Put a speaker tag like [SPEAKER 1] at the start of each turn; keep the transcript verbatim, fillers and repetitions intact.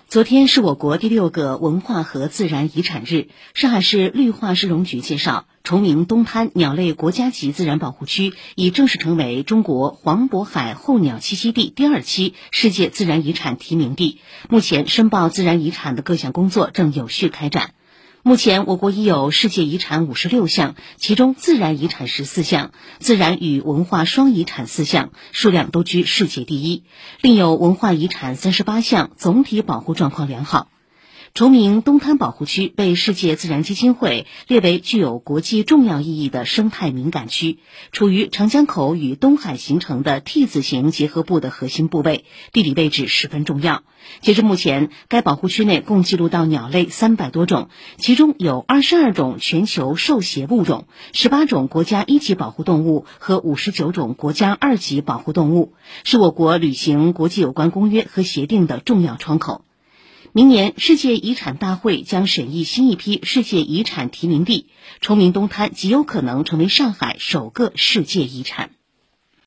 [SPEAKER 1] 昨天是我国第六个文化和自然遗产日。上海市绿化市容局介绍，崇明东滩鸟类国家级自然保护区已正式成为中国黄渤海候鸟栖息地第二期世界自然遗产提名地。目前申报自然遗产的各项工作正有序开展。目前我国已有世界遗产五十六项，其中自然遗产十四项，自然与文化双遗产四项，数量都居世界第一。另有文化遗产三十八项，总体保护状况良好。崇明东滩保护区被世界自然基金会列为具有国际重要意义的生态敏感区，处于长江口与东海形成的 T 字形结合部的核心部位，地理位置十分重要。截至目前，该保护区内共记录到鸟类三百多种，其中有二十二种全球受协物种，十八种国家一级保护动物和五十九种国家二级保护动物，是我国履行国际有关公约和协定的重要窗口。明年世界遗产大会将审议新一批世界遗产提名地，崇明东滩极有可能成为上海首个世界遗产。